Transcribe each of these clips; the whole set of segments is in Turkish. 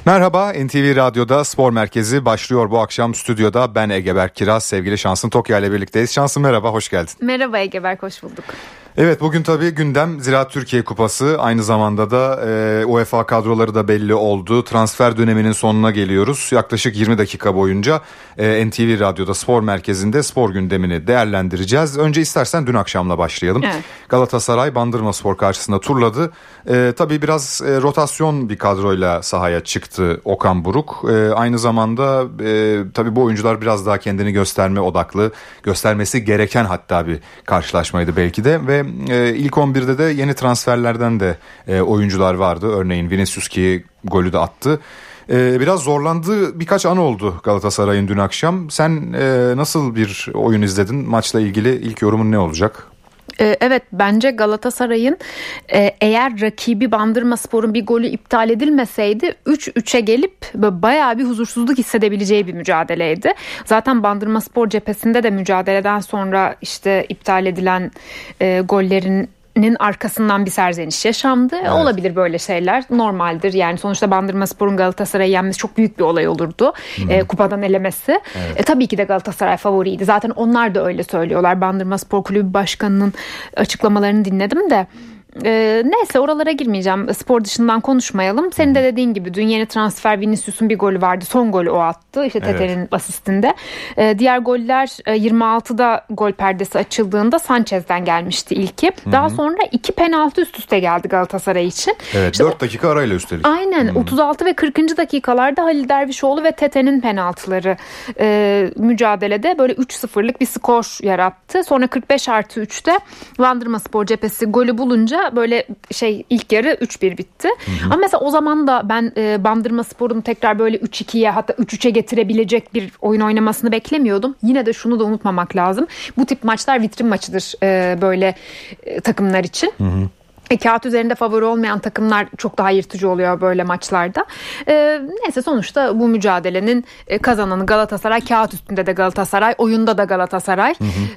Merhaba, NTV Radyo'da Spor Merkezi başlıyor bu akşam. Stüdyoda ben Egeberk Kiraz, sevgili Şansın Tokyo ile birlikteyiz. Şansın merhaba, hoş geldin. Merhaba Egeberk, hoş bulduk. Evet, bugün tabii gündem Ziraat Türkiye Kupası. Aynı zamanda da UEFA kadroları da belli oldu. Transfer döneminin sonuna geliyoruz. Yaklaşık 20 dakika boyunca NTV Radyo'da Spor Merkezi'nde spor gündemini değerlendireceğiz. Önce istersen dün akşamla başlayalım. Evet. Galatasaray Bandırmaspor karşısında turladı. Tabii biraz rotasyon bir kadroyla sahaya çıktı Okan Buruk. Aynı zamanda tabii bu oyuncular biraz daha kendini gösterme odaklı, göstermesi gereken hatta bir karşılaşmaydı belki de ve ilk 11'de de yeni transferlerden de oyuncular vardı. Örneğin Vinicius ki golü de attı. Biraz zorlandığı birkaç an oldu Galatasaray'ın dün akşam. Sen nasıl bir oyun izledin? Maçla ilgili ilk yorumun ne olacak? Evet, bence Galatasaray'ın eğer rakibi Bandırmaspor'un bir golü iptal edilmeseydi 3-3'e gelip bayağı bir huzursuzluk hissedebileceği bir mücadeleydi. Zaten Bandırmaspor cephesinde de mücadeleden sonra işte iptal edilen gollerin arkasından bir serzeniş yaşandı. Evet. Olabilir böyle şeyler. Normaldir. Yani sonuçta Bandırmaspor'un Galatasaray'ı yenmesi çok büyük bir olay olurdu. Kupadan elemesi. Evet. Tabii ki de Galatasaray favoriydi. Zaten onlar da öyle söylüyorlar. Bandırmaspor Kulübü Başkanı'nın açıklamalarını dinledim de. Neyse, oralara girmeyeceğim. Spor dışından konuşmayalım. Senin de dediğin gibi dün yeni transfer Vinicius'un bir golü vardı. Son golü o attı. İşte Tete'nin asistinde. Diğer goller 26'da gol perdesi açıldığında Sanchez'den gelmişti ilki. Daha sonra 2 penaltı üst üste geldi Galatasaray için. Evet, işte 4 dakika arayla üstelik. Aynen. 36 ve 40. dakikalarda Halil Dervişoğlu ve Tete'nin penaltıları mücadelede böyle 3-0'lık bir skor yarattı. Sonra 45+3'te Bandırmaspor cephesi golü bulunca böyle ilk yarı 3-1 bitti. Ama mesela o zaman da ben Bandırmaspor'un tekrar böyle 3-2'ye hatta 3-3'e getirebilecek bir oyun oynamasını beklemiyordum. Yine de şunu da unutmamak lazım. Bu tip maçlar vitrin maçıdır böyle takımlar için. Kağıt üzerinde favori olmayan takımlar çok daha yırtıcı oluyor böyle maçlarda. Neyse, sonuçta bu mücadelenin kazananı Galatasaray. Kağıt üstünde de Galatasaray, oyunda da Galatasaray,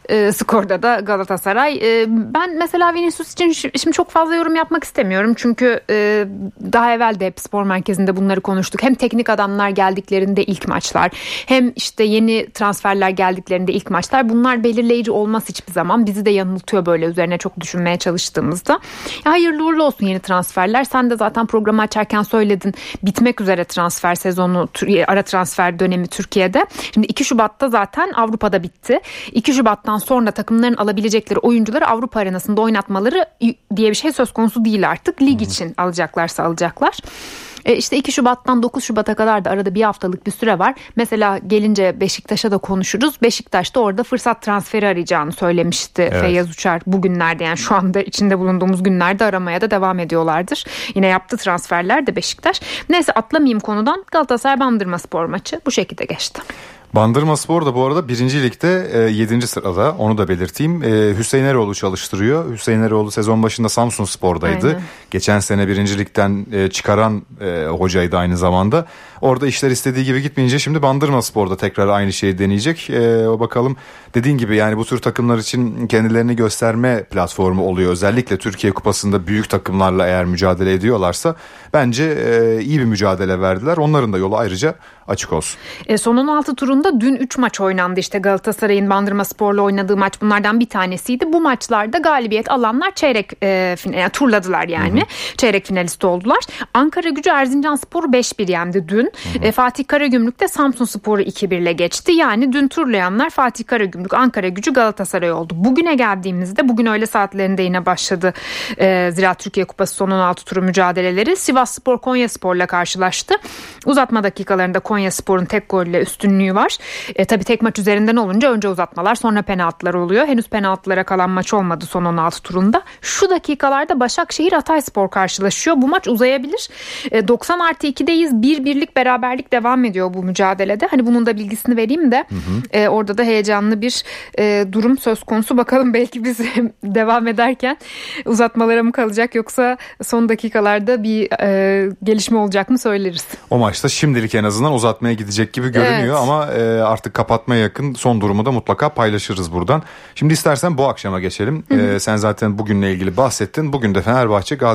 skorda da Galatasaray. Ben mesela Vinicius için şimdi çok fazla yorum yapmak istemiyorum. Çünkü daha evvel de hep spor merkezinde bunları konuştuk. Hem teknik adamlar geldiklerinde ilk maçlar, hem işte yeni transferler geldiklerinde ilk maçlar. Bunlar belirleyici olmaz hiçbir zaman. Bizi de yanıltıyor böyle üzerine çok düşünmeye çalıştığımızda. Hayırlı uğurlu olsun yeni transferler. Sen de zaten programı açarken söyledin. Bitmek üzere transfer sezonu, ara transfer dönemi Türkiye'de. Şimdi 2 Şubat'ta zaten Avrupa'da bitti. 2 Şubat'tan sonra takımların alabilecekleri oyuncuları Avrupa arenasında oynatmaları diye bir şey söz konusu değil artık. Lig için alacaklarsa alacaklar. İşte 2 Şubat'tan 9 Şubat'a kadar da arada bir haftalık bir süre var. Mesela gelince Beşiktaş'a da konuşuruz. Beşiktaş da orada fırsat transferi arayacağını söylemişti. Evet. Feyyaz Uçar bugünlerde, yani şu anda içinde bulunduğumuz günlerde aramaya da devam ediyorlardır. Yine yaptı transferler de Beşiktaş. Neyse, atlamayayım konudan. Galatasaray Bandırmaspor maçı bu şekilde geçti. Bandırmaspor da bu arada 1. Lig'de 7. sırada, onu da belirteyim. Hüseyin Eroğlu çalıştırıyor. Hüseyin Eroğlu sezon başında Samsunspor'daydı. Aynen. Geçen sene 1. Lig'den çıkaran hocaydı aynı zamanda. Orada işler istediği gibi gitmeyince şimdi Bandırmaspor'da tekrar aynı şeyi deneyecek. Bakalım, dediğin gibi yani bu tür takımlar için kendilerini gösterme platformu oluyor. Özellikle Türkiye Kupası'nda büyük takımlarla eğer mücadele ediyorlarsa bence iyi bir mücadele verdiler. Onların da yolu ayrıca açık olsun. Son 16 turunda dün 3 maç oynandı. İşte Galatasaray'ın Bandırmaspor'la oynadığı maç bunlardan bir tanesiydi. Bu maçlarda galibiyet alanlar çeyrek turladılar yani. Çeyrek finalist oldular. Ankara-Gücü Erzincanspor'u 5-1 yendi dün. Fatih Karagümrük de Samsunspor'u 2-1 ile geçti. Yani dün turlayanlar Fatih Karagümrük, Ankara-Gücü, Galatasaray oldu. Bugüne geldiğimizde bugün öğle saatlerinde yine başladı Ziraat Türkiye Kupası son 16 turu mücadeleleri. Sivasspor Konyaspor'la karşılaştı. Uzatma dakikalarında Konyaspor'un tek golle üstünlüğü var. Tabii tek maç üzerinden olunca önce uzatmalar sonra penaltılar oluyor. Henüz penaltılara kalan maç olmadı son 16 turunda. Şu dakikalarda Başakşehir Hatayspor karşılaşıyor. Bu maç uzayabilir. 90+2'deyiz. 1-1'lik beraberlik devam ediyor bu mücadelede. Hani bunun da bilgisini vereyim de orada da heyecanlı bir durum söz konusu. Bakalım, belki biz devam ederken uzatmalara mı kalacak yoksa son dakikalarda bir gelişme olacak mı söyleriz. O maçta şimdilik en azından uzatmaya gidecek gibi görünüyor ama artık kapatmaya yakın son durumu da mutlaka paylaşırız buradan. Şimdi istersen bu akşama geçelim. Sen zaten bugünle ilgili bahsettin. Bugün de Fenerbahçe Gaziantep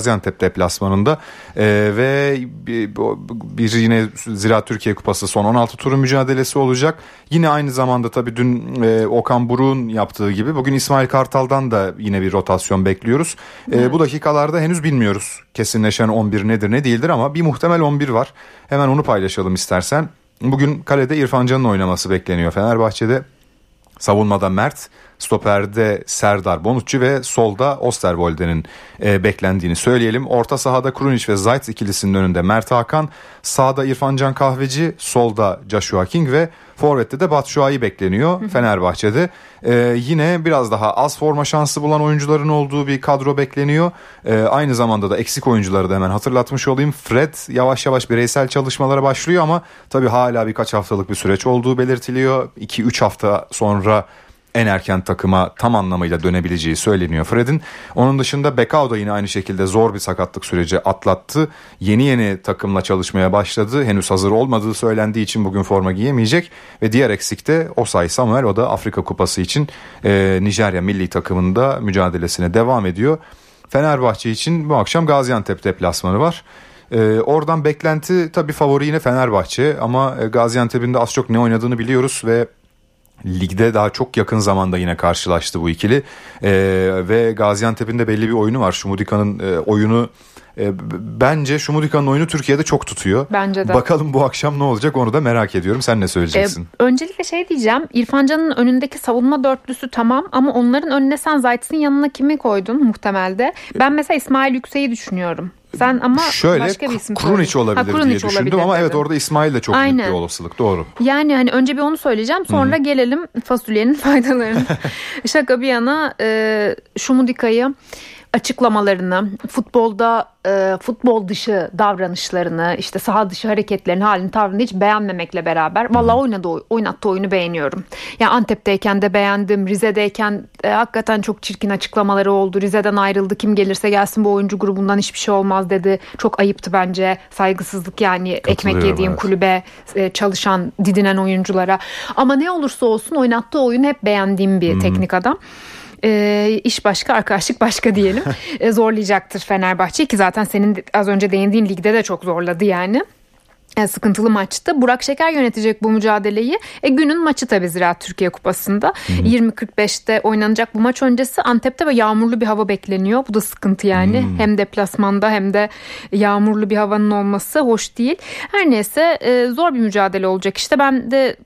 Gaziantep deplasmanında ve bir yine Ziraat Türkiye Kupası son 16 turu mücadelesi olacak. Yine aynı zamanda tabii dün Okan Buruk'un yaptığı gibi bugün İsmail Kartal'dan da yine bir rotasyon bekliyoruz. Bu dakikalarda henüz bilmiyoruz kesinleşen 11 nedir ne değildir ama bir muhtemel 11 var. Hemen onu paylaşalım istersen. Bugün kalede İrfan Can'ın oynaması bekleniyor Fenerbahçe'de. Savunmada Mert, stoperde Serdar Bonucci ve solda Osterwolde'nin beklendiğini söyleyelim. Orta sahada Krunic ve Zayt ikilisinin önünde Mert Hakan, sağda İrfan Can Kahveci, solda Joshua King ve forvette de Batshuayi bekleniyor Fenerbahçe'de. Yine biraz daha az forma şansı bulan oyuncuların olduğu bir kadro bekleniyor. Aynı zamanda da eksik oyuncuları da hemen hatırlatmış olayım. Fred yavaş yavaş bireysel çalışmalara başlıyor ama tabii hala birkaç haftalık bir süreç olduğu belirtiliyor. 2-3 hafta sonra en erken takıma tam anlamıyla dönebileceği söyleniyor Fred'in. Onun dışında Bekao da yine aynı şekilde zor bir sakatlık süreci atlattı. Yeni takımla çalışmaya başladı. Henüz hazır olmadığı söylendiği için bugün forma giyemeyecek. Ve diğer eksik de Osay Samuel, o da Afrika Kupası için Nijerya milli takımında mücadelesine devam ediyor. Fenerbahçe için bu akşam Gaziantep deplasmanı var. Oradan beklenti tabii favori yine Fenerbahçe ama Gaziantep'in de az çok ne oynadığını biliyoruz ve ligde daha çok yakın zamanda yine karşılaştı bu ikili ve Gaziantep'in de belli bir oyunu var. Şumudika'nın oyunu bence Şumudika'nın oyunu Türkiye'de çok tutuyor. Bence de. Bakalım bu akşam ne olacak, onu da merak ediyorum. Sen ne söyleyeceksin? Öncelikle diyeceğim. İrfan Can'ın önündeki savunma dörtlüsü tamam ama onların önüne sen Zayt'sin yanına kimi koydun muhtemelde? Ben mesela İsmail Yüksek'i düşünüyorum. Sen ama şöyle, başka bir isim Krunic olabilir diye düşündüm ama evet orada İsmail de çok büyük bir olasılık, doğru. Yani hani önce bir onu söyleyeceğim, sonra gelelim fasulyenin faydalarına. Şaka bir yana Şumudika'yı, açıklamalarını, futbol dışı davranışlarını, işte saha dışı hareketlerini, halini, tavrını hiç beğenmemekle beraber vallahi oynattığı oyunu beğeniyorum. Yani Antep'teyken de beğendim, Rize'deyken hakikaten çok çirkin açıklamaları oldu. Rize'den ayrıldı, kim gelirse gelsin bu oyuncu grubundan hiçbir şey olmaz dedi. Çok ayıptı bence, saygısızlık yani, ekmek yediğim kulübe çalışan, didinen oyunculara. Ama ne olursa olsun oynattığı oyunu hep beğendiğim bir teknik adam. İş başka, arkadaşlık başka diyelim. Zorlayacaktır Fenerbahçe ki zaten senin az önce değindiğin ligde de çok zorladı yani. Sıkıntılı maçtı. Burak Şeker yönetecek bu mücadeleyi. Günün maçı tabii Ziraat Türkiye Kupası'nda. 20.45'te oynanacak bu maç öncesi Antep'te ve yağmurlu bir hava bekleniyor. Bu da sıkıntı yani. Hem deplasmanda hem de yağmurlu bir havanın olması hoş değil. Her neyse zor bir mücadele olacak. İşte ben de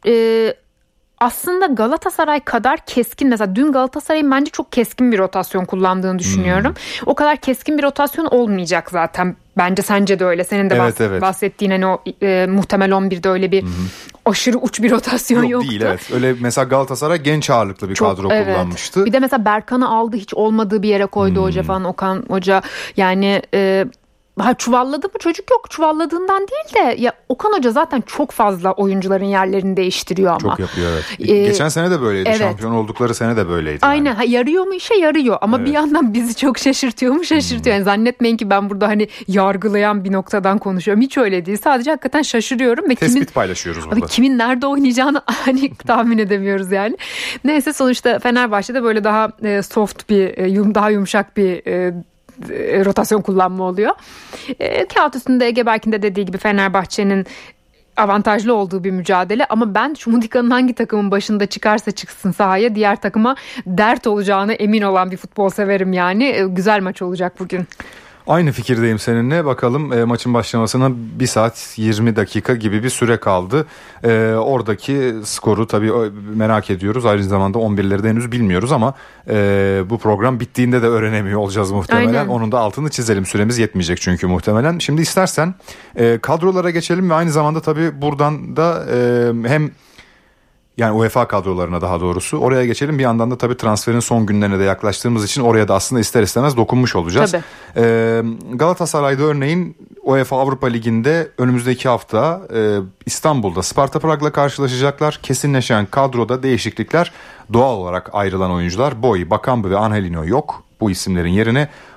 aslında Galatasaray kadar keskin, mesela dün Galatasaray'ın bence çok keskin bir rotasyon kullandığını düşünüyorum. O kadar keskin bir rotasyon olmayacak zaten. Bence sence de öyle. Senin de bahsettiğin hani o muhtemel 11'de öyle bir aşırı uç bir rotasyon yoktu. Değil, evet. Öyle mesela Galatasaray genç ağırlıklı bir kadro kullanmıştı. Bir de mesela Berkan'ı aldı, hiç olmadığı bir yere koydu hoca falan, Okan Hoca. Yani çuvalladı mı? Çocuk yok. Çuvalladığından değil de ya Okan Hoca zaten çok fazla oyuncuların yerlerini değiştiriyor ama. Çok yapıyor, evet. Geçen sene de böyleydi. Evet. Şampiyon oldukları sene de böyleydi. Aynen. Yani. Yarıyor mu işe? Yarıyor. Ama bir yandan bizi çok şaşırtıyor mu? Şaşırtıyor. Yani zannetmeyin ki ben burada hani yargılayan bir noktadan konuşuyorum. Hiç öyle değil. Sadece hakikaten şaşırıyorum. Ve tespit paylaşıyoruz burada. Kimin nerede oynayacağını hani tahmin edemiyoruz yani. Neyse, sonuçta Fenerbahçe'de böyle daha soft bir, daha yumuşak bir rotasyon kullanma oluyor. Kağıt üstünde Ege Berk'in de dediği gibi Fenerbahçe'nin avantajlı olduğu bir mücadele ama ben Şumudika'nın hangi takımın başında çıkarsa çıksın sahaya diğer takıma dert olacağına emin olan bir futbol severim yani. Güzel maç olacak bugün. Aynı fikirdeyim seninle. Bakalım, maçın başlamasına 1 saat 20 dakika gibi bir süre kaldı. Oradaki skoru tabii merak ediyoruz. Aynı zamanda 11'leri de henüz bilmiyoruz ama bu program bittiğinde de öğrenemiyor olacağız muhtemelen. Aynen. Onun da altını çizelim. Süremiz yetmeyecek çünkü muhtemelen. Şimdi istersen kadrolara geçelim ve aynı zamanda tabii buradan da hem yani UEFA kadrolarına daha doğrusu oraya geçelim. Bir yandan da tabii transferin son günlerine de yaklaştığımız için oraya da aslında ister istemez dokunmuş olacağız. Galatasaray'da örneğin UEFA Avrupa Ligi'nde önümüzdeki hafta İstanbul'da Sparta Prag'la karşılaşacaklar. Kesinleşen kadroda değişiklikler, doğal olarak ayrılan oyuncular Boy, Bakambu ve Angelino yok. Bu isimlerin yerine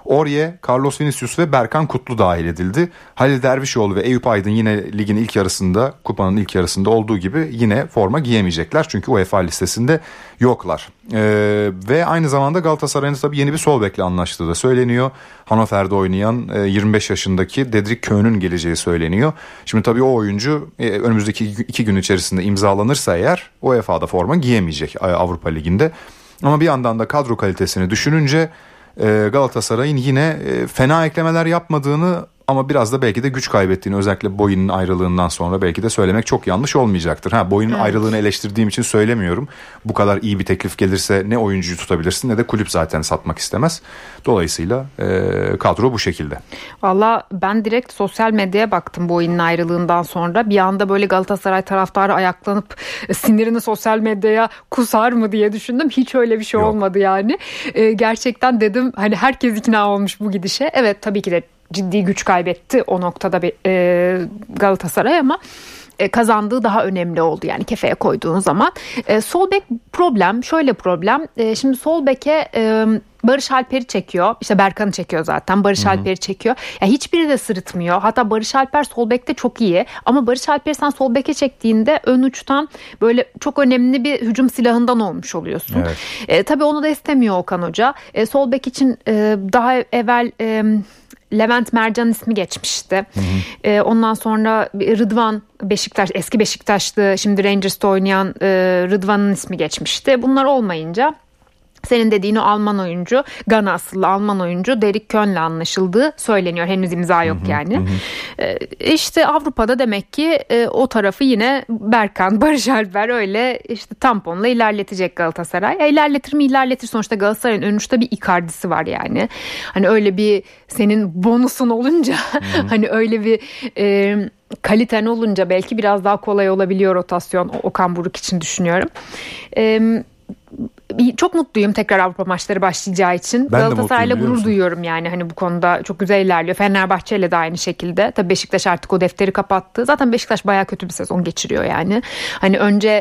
Orye, Carlos Vinicius ve Berkan Kutlu dahil edildi. Halil Dervişoğlu ve Eyüp Aydın yine ligin ilk yarısında, kupanın ilk yarısında olduğu gibi yine forma giyemeyecekler. Çünkü UEFA listesinde yoklar. Ve aynı zamanda Galatasaray'ın tabii yeni bir sol bekle anlaştığı da söyleniyor. Hannover'de oynayan 25 yaşındaki Dedrick Köhn'ün geleceği söyleniyor. Şimdi tabii o oyuncu önümüzdeki 2 gün içerisinde imzalanırsa eğer UEFA'da forma giyemeyecek Avrupa Ligi'nde. Ama bir yandan da kadro kalitesini düşününce Galatasaray'ın yine fena eklemeler yapmadığını ama biraz da belki de güç kaybettiğini, özellikle Boyen'in ayrılığından sonra belki de söylemek çok yanlış olmayacaktır. Boyen'in ayrılığını eleştirdiğim için söylemiyorum. Bu kadar iyi bir teklif gelirse ne oyuncuyu tutabilirsin ne de kulüp zaten satmak istemez. Dolayısıyla kadro bu şekilde. Valla ben direkt sosyal medyaya baktım Boyen'in ayrılığından sonra. Bir anda böyle Galatasaray taraftarı ayaklanıp sinirini sosyal medyaya kusar mı diye düşündüm. Hiç öyle bir şey olmadı yani. Gerçekten dedim hani herkes ikna olmuş bu gidişe. Evet, tabii ki de ciddi güç kaybetti o noktada Galatasaray ama kazandığı daha önemli oldu yani kefeye koyduğun zaman. Sol bek problem, şöyle problem. Şimdi sol beke Barış Alper'i çekiyor. İşte Berkan'ı çekiyor zaten. Barış Alper'i çekiyor. Ya hiçbiri de sırıtmıyor. Hatta Barış Alper sol bekte çok iyi. Ama Barış Alper'i sen sol beke çektiğinde ön uçtan böyle çok önemli bir hücum silahından olmuş oluyorsun. Evet. Tabii onu da istemiyor Okan Hoca. Sol bek için daha evvel Levent Mercan ismi geçmişti. Ondan sonra Rıdvan, Beşiktaş, eski Beşiktaşlı, şimdi Rangers'ta oynayan Rıdvan'ın ismi geçmişti. Bunlar olmayınca senin dediğin o Alman oyuncu, Gana asıllı Alman oyuncu Derek Köhn'le anlaşıldığı söyleniyor. Henüz imza yok yani. İşte Avrupa'da demek ki o tarafı yine Berkan, Barış Alper öyle işte tamponla ilerletecek Galatasaray. İlerletir mi? İlerletir. Sonuçta Galatasaray'ın önünde bir Icardi'si var yani. Hani öyle bir senin bonusun olunca hani öyle bir kaliten olunca belki biraz daha kolay olabiliyor rotasyon Okan Buruk için düşünüyorum. Çok mutluyum tekrar Avrupa maçları başlayacağı için. Galatasaray'la gurur duyuyorum yani hani bu konuda çok güzel ilerliyor. Fenerbahçe'yle de aynı şekilde. Tabii Beşiktaş artık o defteri kapattı. Zaten Beşiktaş bayağı kötü bir sezon geçiriyor yani. Hani önce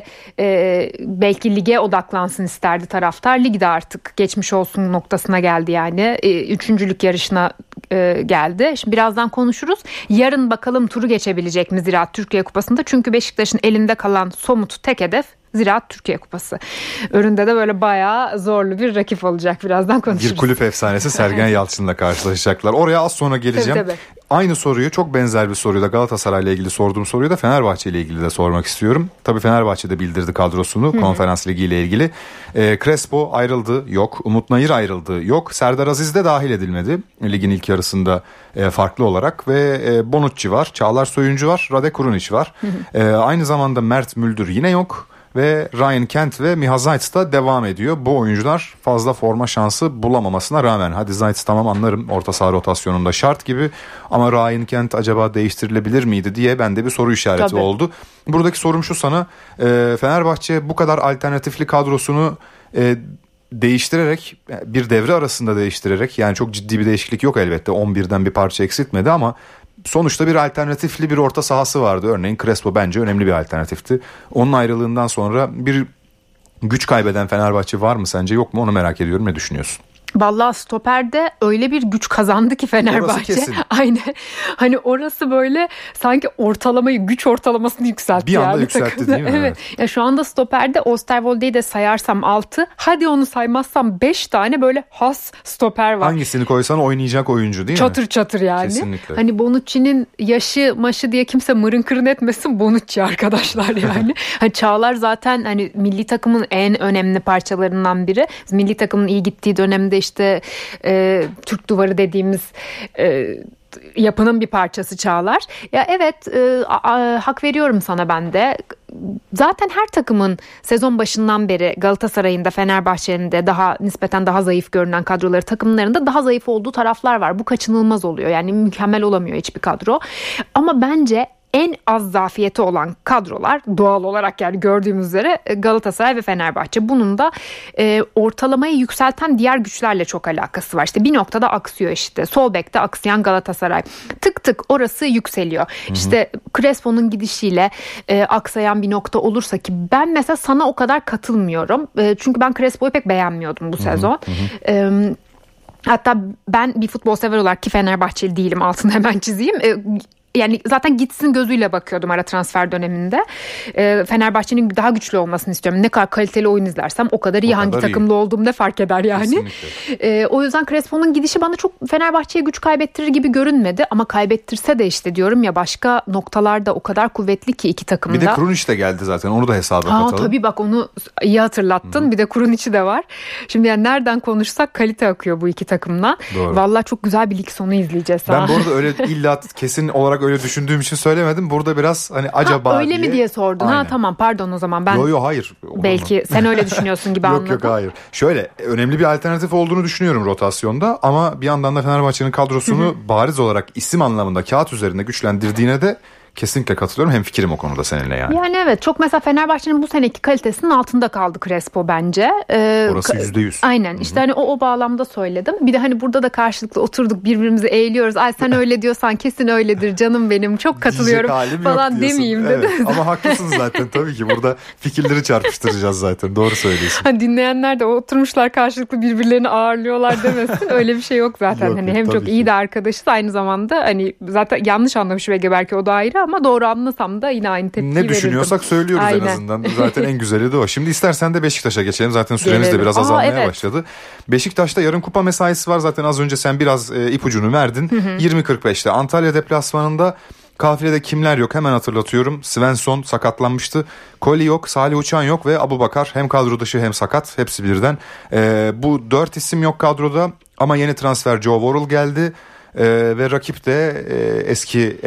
belki lige odaklansın isterdi taraftar. Ligde artık geçmiş olsun noktasına geldi yani. Üçüncülük yarışına geldi. Şimdi birazdan konuşuruz. Yarın bakalım turu geçebilecek mi Ziraat Türkiye Kupası'nda? Çünkü Beşiktaş'ın elinde kalan somut tek hedef Ziraat Türkiye Kupası. Önünde de böyle bayağı zorlu bir rakip olacak. Birazdan konuşuruz. Bir kulüp efsanesi Sergen Yalçın'la karşılaşacaklar. Oraya az sonra geleceğim. Tabii. Aynı soruyu, çok benzer bir soruyu da Galatasaray'la ilgili sorduğum soruyu da Fenerbahçe ile ilgili de sormak istiyorum. Tabii Fenerbahçe de bildirdi kadrosunu Konferans Ligi ile ilgili. Crespo ayrıldı, yok. Umut Nayır ayrıldı, yok. Serdar Aziz de dahil edilmedi ligin ilk yarısında farklı olarak ve Bonucci var, Çağlar Soyuncu var, Rade Kurunic var. Aynı zamanda Mert Müldür yine yok. Ve Ryan Kent ve Miha Zajc da devam ediyor. Bu oyuncular fazla forma şansı bulamamasına rağmen. Hadi Zajc tamam anlarım, orta saha rotasyonunda şart gibi. Ama Ryan Kent acaba değiştirilebilir miydi diye bende bir soru işareti oldu. Buradaki sorum şu sana. Fenerbahçe bu kadar alternatifli kadrosunu değiştirerek, bir devre arasında değiştirerek, yani çok ciddi bir değişiklik yok elbette. 11'den bir parça eksiltmedi ama sonuçta bir alternatifli bir orta sahası vardı. Örneğin Crespo bence önemli bir alternatifti. Onun ayrılığından sonra bir güç kaybeden Fenerbahçe var mı sence, yok mu, onu merak ediyorum. Ne düşünüyorsun? Vallahi stoperde öyle bir güç kazandı ki Fenerbahçe. Aynen. Hani orası böyle sanki güç ortalamasını yükseltti. Bir anda yükseltti değil mi? Evet. Ya şu anda stoperde Osterwolde'yi de sayarsam 6, hadi onu saymazsam 5 tane böyle has stoper var. Hangisini koysan oynayacak oyuncu değil çatır mi? Çatır yani. Kesinlikle. Hani Bonucci'nin yaşı maşı diye kimse mırın kırın etmesin, Bonucci arkadaşlar yani. Hani Çağlar zaten hani milli takımın en önemli parçalarından biri. Milli takımın iyi gittiği dönemde işte Türk duvarı dediğimiz yapının bir parçası Çağlar. Ya evet, hak veriyorum sana ben de. Zaten her takımın sezon başından beri Galatasaray'ın da Fenerbahçe'nin de nispeten daha zayıf görünen kadroları, takımlarında daha zayıf olduğu taraflar var. Bu kaçınılmaz oluyor. Yani mükemmel olamıyor hiçbir kadro. Ama bence en az zafiyeti olan kadrolar doğal olarak yani gördüğümüz üzere Galatasaray ve Fenerbahçe. Bunun da ortalamayı yükselten diğer güçlerle çok alakası var. İşte bir noktada aksıyor işte. Sol bekte aksayan Galatasaray. Tık tık orası yükseliyor. İşte Crespo'nun gidişiyle aksayan bir nokta olursa, ki ben mesela sana o kadar katılmıyorum. Çünkü ben Crespo'yu pek beğenmiyordum bu sezon. Hatta ben bir futbol sever olarak, ki Fenerbahçeli değilim, altını hemen çizeyim. Yani zaten gitsin gözüyle bakıyordum ara transfer döneminde. Fenerbahçe'nin daha güçlü olmasını istiyorum. Ne kadar kaliteli oyun izlersem o kadar iyi. Hangi takımda olduğum ne fark eder yani. O yüzden Crespo'nun gidişi bana çok Fenerbahçe'ye güç kaybettirir gibi görünmedi. Ama kaybettirse de işte diyorum ya, başka noktalarda o kadar kuvvetli ki iki takımda. Bir de Krunic de geldi zaten, onu da hesaba katalım. Tabii bak, onu iyi hatırlattın. Bir de Krunic'i de var. Şimdi yani nereden konuşsak kalite akıyor bu iki takımdan. Vallahi çok güzel bir lig sonu izleyeceğiz. Ben bu arada öyle illa kesin olarak öyle düşündüğüm için söylemedim. Burada biraz hani acaba öyle mi diye sordun. Aynen. Tamam, pardon o zaman. Ben Yo hayır. Belki sen öyle düşünüyorsun gibi anladım. Yok hayır. Şöyle, önemli bir alternatif olduğunu düşünüyorum rotasyonda, ama bir yandan da Fenerbahçe'nin kadrosunu bariz olarak isim anlamında kağıt üzerinde güçlendirdiğine de kesinlikle katılıyorum. Hemfikirim o konuda seninle yani. Yani evet, çok mesela Fenerbahçe'nin bu seneki kalitesinin altında kaldı Crespo bence. Orası %100. Aynen. İşte hani o bağlamda söyledim. Bir de hani burada da karşılıklı oturduk, birbirimizi eğiliyoruz. Ay sen öyle diyorsan kesin öyledir canım benim. Çok katılıyorum falan demeyeyim dedi. Evet. Ama haklısınız zaten, tabii ki burada fikirleri çarpıştıracağız zaten. Doğru söylüyorsun. Dinleyenler de oturmuşlar karşılıklı birbirlerini ağırlıyorlar demesin. Öyle bir şey yok zaten. Yok, hani hem çok iyi de arkadaşız, aynı zamanda hani zaten yanlış anlamış Ege belki, o da ayrı, ama doğru anlasam da yine aynı tepkiyi verirdim. Ne düşünüyorsak söylüyoruz en azından. Zaten en güzeli de o. Şimdi istersen de Beşiktaş'a geçelim. Zaten süremiz de biraz azalmaya başladı. Beşiktaş'ta yarın kupa mesaisi var. Zaten az önce sen biraz ipucunu verdin. 20.45'te Antalya deplasmanında. Kafilede kimler yok hemen hatırlatıyorum. Svensson sakatlanmıştı. Koli yok, Salih Uçan yok ve Abubakar hem kadro dışı hem sakat. Hepsi birden. Bu 4 isim yok kadroda, ama yeni transfer Joe Worrell geldi. Ve rakip de eski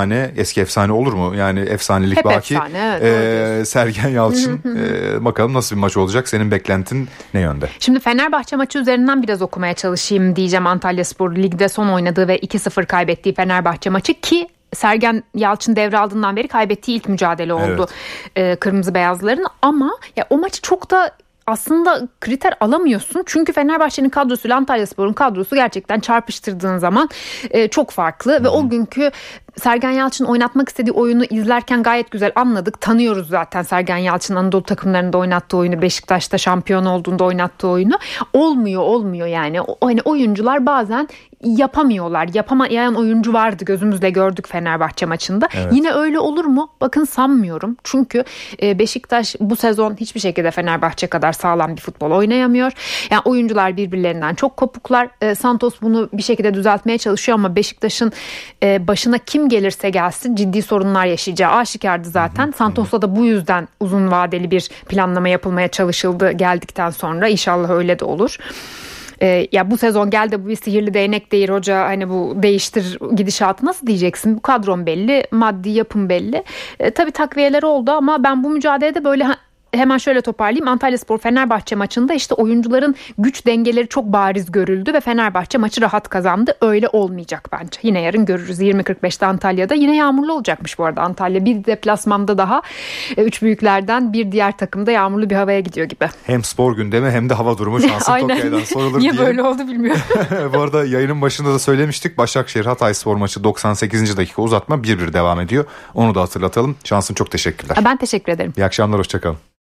efsane olur mu? Yani efsanelik hep baki. Efsane, evet, Sergen Yalçın. Bakalım nasıl bir maç olacak? Senin beklentin ne yönde? Şimdi Fenerbahçe maçı üzerinden biraz okumaya çalışayım diyeceğim. Antalyaspor ligde son oynadığı ve 2-0 kaybettiği Fenerbahçe maçı, ki Sergen Yalçın devraldığından beri kaybettiği ilk mücadele oldu kırmızı beyazların. Ama ya o maçı çok da aslında kriter alamıyorsun. Çünkü Fenerbahçe'nin kadrosuyla Antalyaspor'un kadrosu gerçekten çarpıştırdığın zaman çok farklı. Ve o günkü Sergen Yalçın oynatmak istediği oyunu izlerken gayet güzel anladık. Tanıyoruz zaten Sergen Yalçın'ın Anadolu takımlarında oynattığı oyunu, Beşiktaş'ta şampiyon olduğunda oynattığı oyunu. Olmuyor yani. Hani oyuncular bazen yapamıyorlar. Yapamayan oyuncu vardı, gözümüzle gördük Fenerbahçe maçında. Evet. Yine öyle olur mu? Bakın sanmıyorum. Çünkü Beşiktaş bu sezon hiçbir şekilde Fenerbahçe kadar sağlam bir futbol oynayamıyor. Yani oyuncular birbirlerinden çok kopuklar. Santos bunu bir şekilde düzeltmeye çalışıyor, ama Beşiktaş'ın başına kim gelirse gelsin ciddi sorunlar yaşayacağı aşikardı zaten. Santos'la da bu yüzden uzun vadeli bir planlama yapılmaya çalışıldı geldikten sonra. İnşallah öyle de olur. Ya bu sezon gel de bu bir sihirli değnek değil hoca, hani bu değiştir gidişatı nasıl diyeceksin? Bu kadron belli, maddi yapım belli. Tabii takviyeler oldu, ama ben bu mücadelede böyle hemen şöyle toparlayayım. Antalyaspor Fenerbahçe maçında işte oyuncuların güç dengeleri çok bariz görüldü ve Fenerbahçe maçı rahat kazandı. Öyle olmayacak bence. Yine yarın görürüz 20.45'te Antalya'da. Yine yağmurlu olacakmış bu arada Antalya. Bir deplasmanda daha üç büyüklerden bir diğer takımda yağmurlu bir havaya gidiyor gibi. Hem spor gündemi hem de hava durumu şansın Tokyo'dan sorulur diye. Niye böyle oldu bilmiyorum. Bu arada yayının başında da söylemiştik. Başakşehir Hatayspor maçı 98. dakika uzatma 1-1 devam ediyor. Onu da hatırlatalım. Şansın çok teşekkürler. Ben teşekkür ederim. İyi akşamlar, hoşçakalın.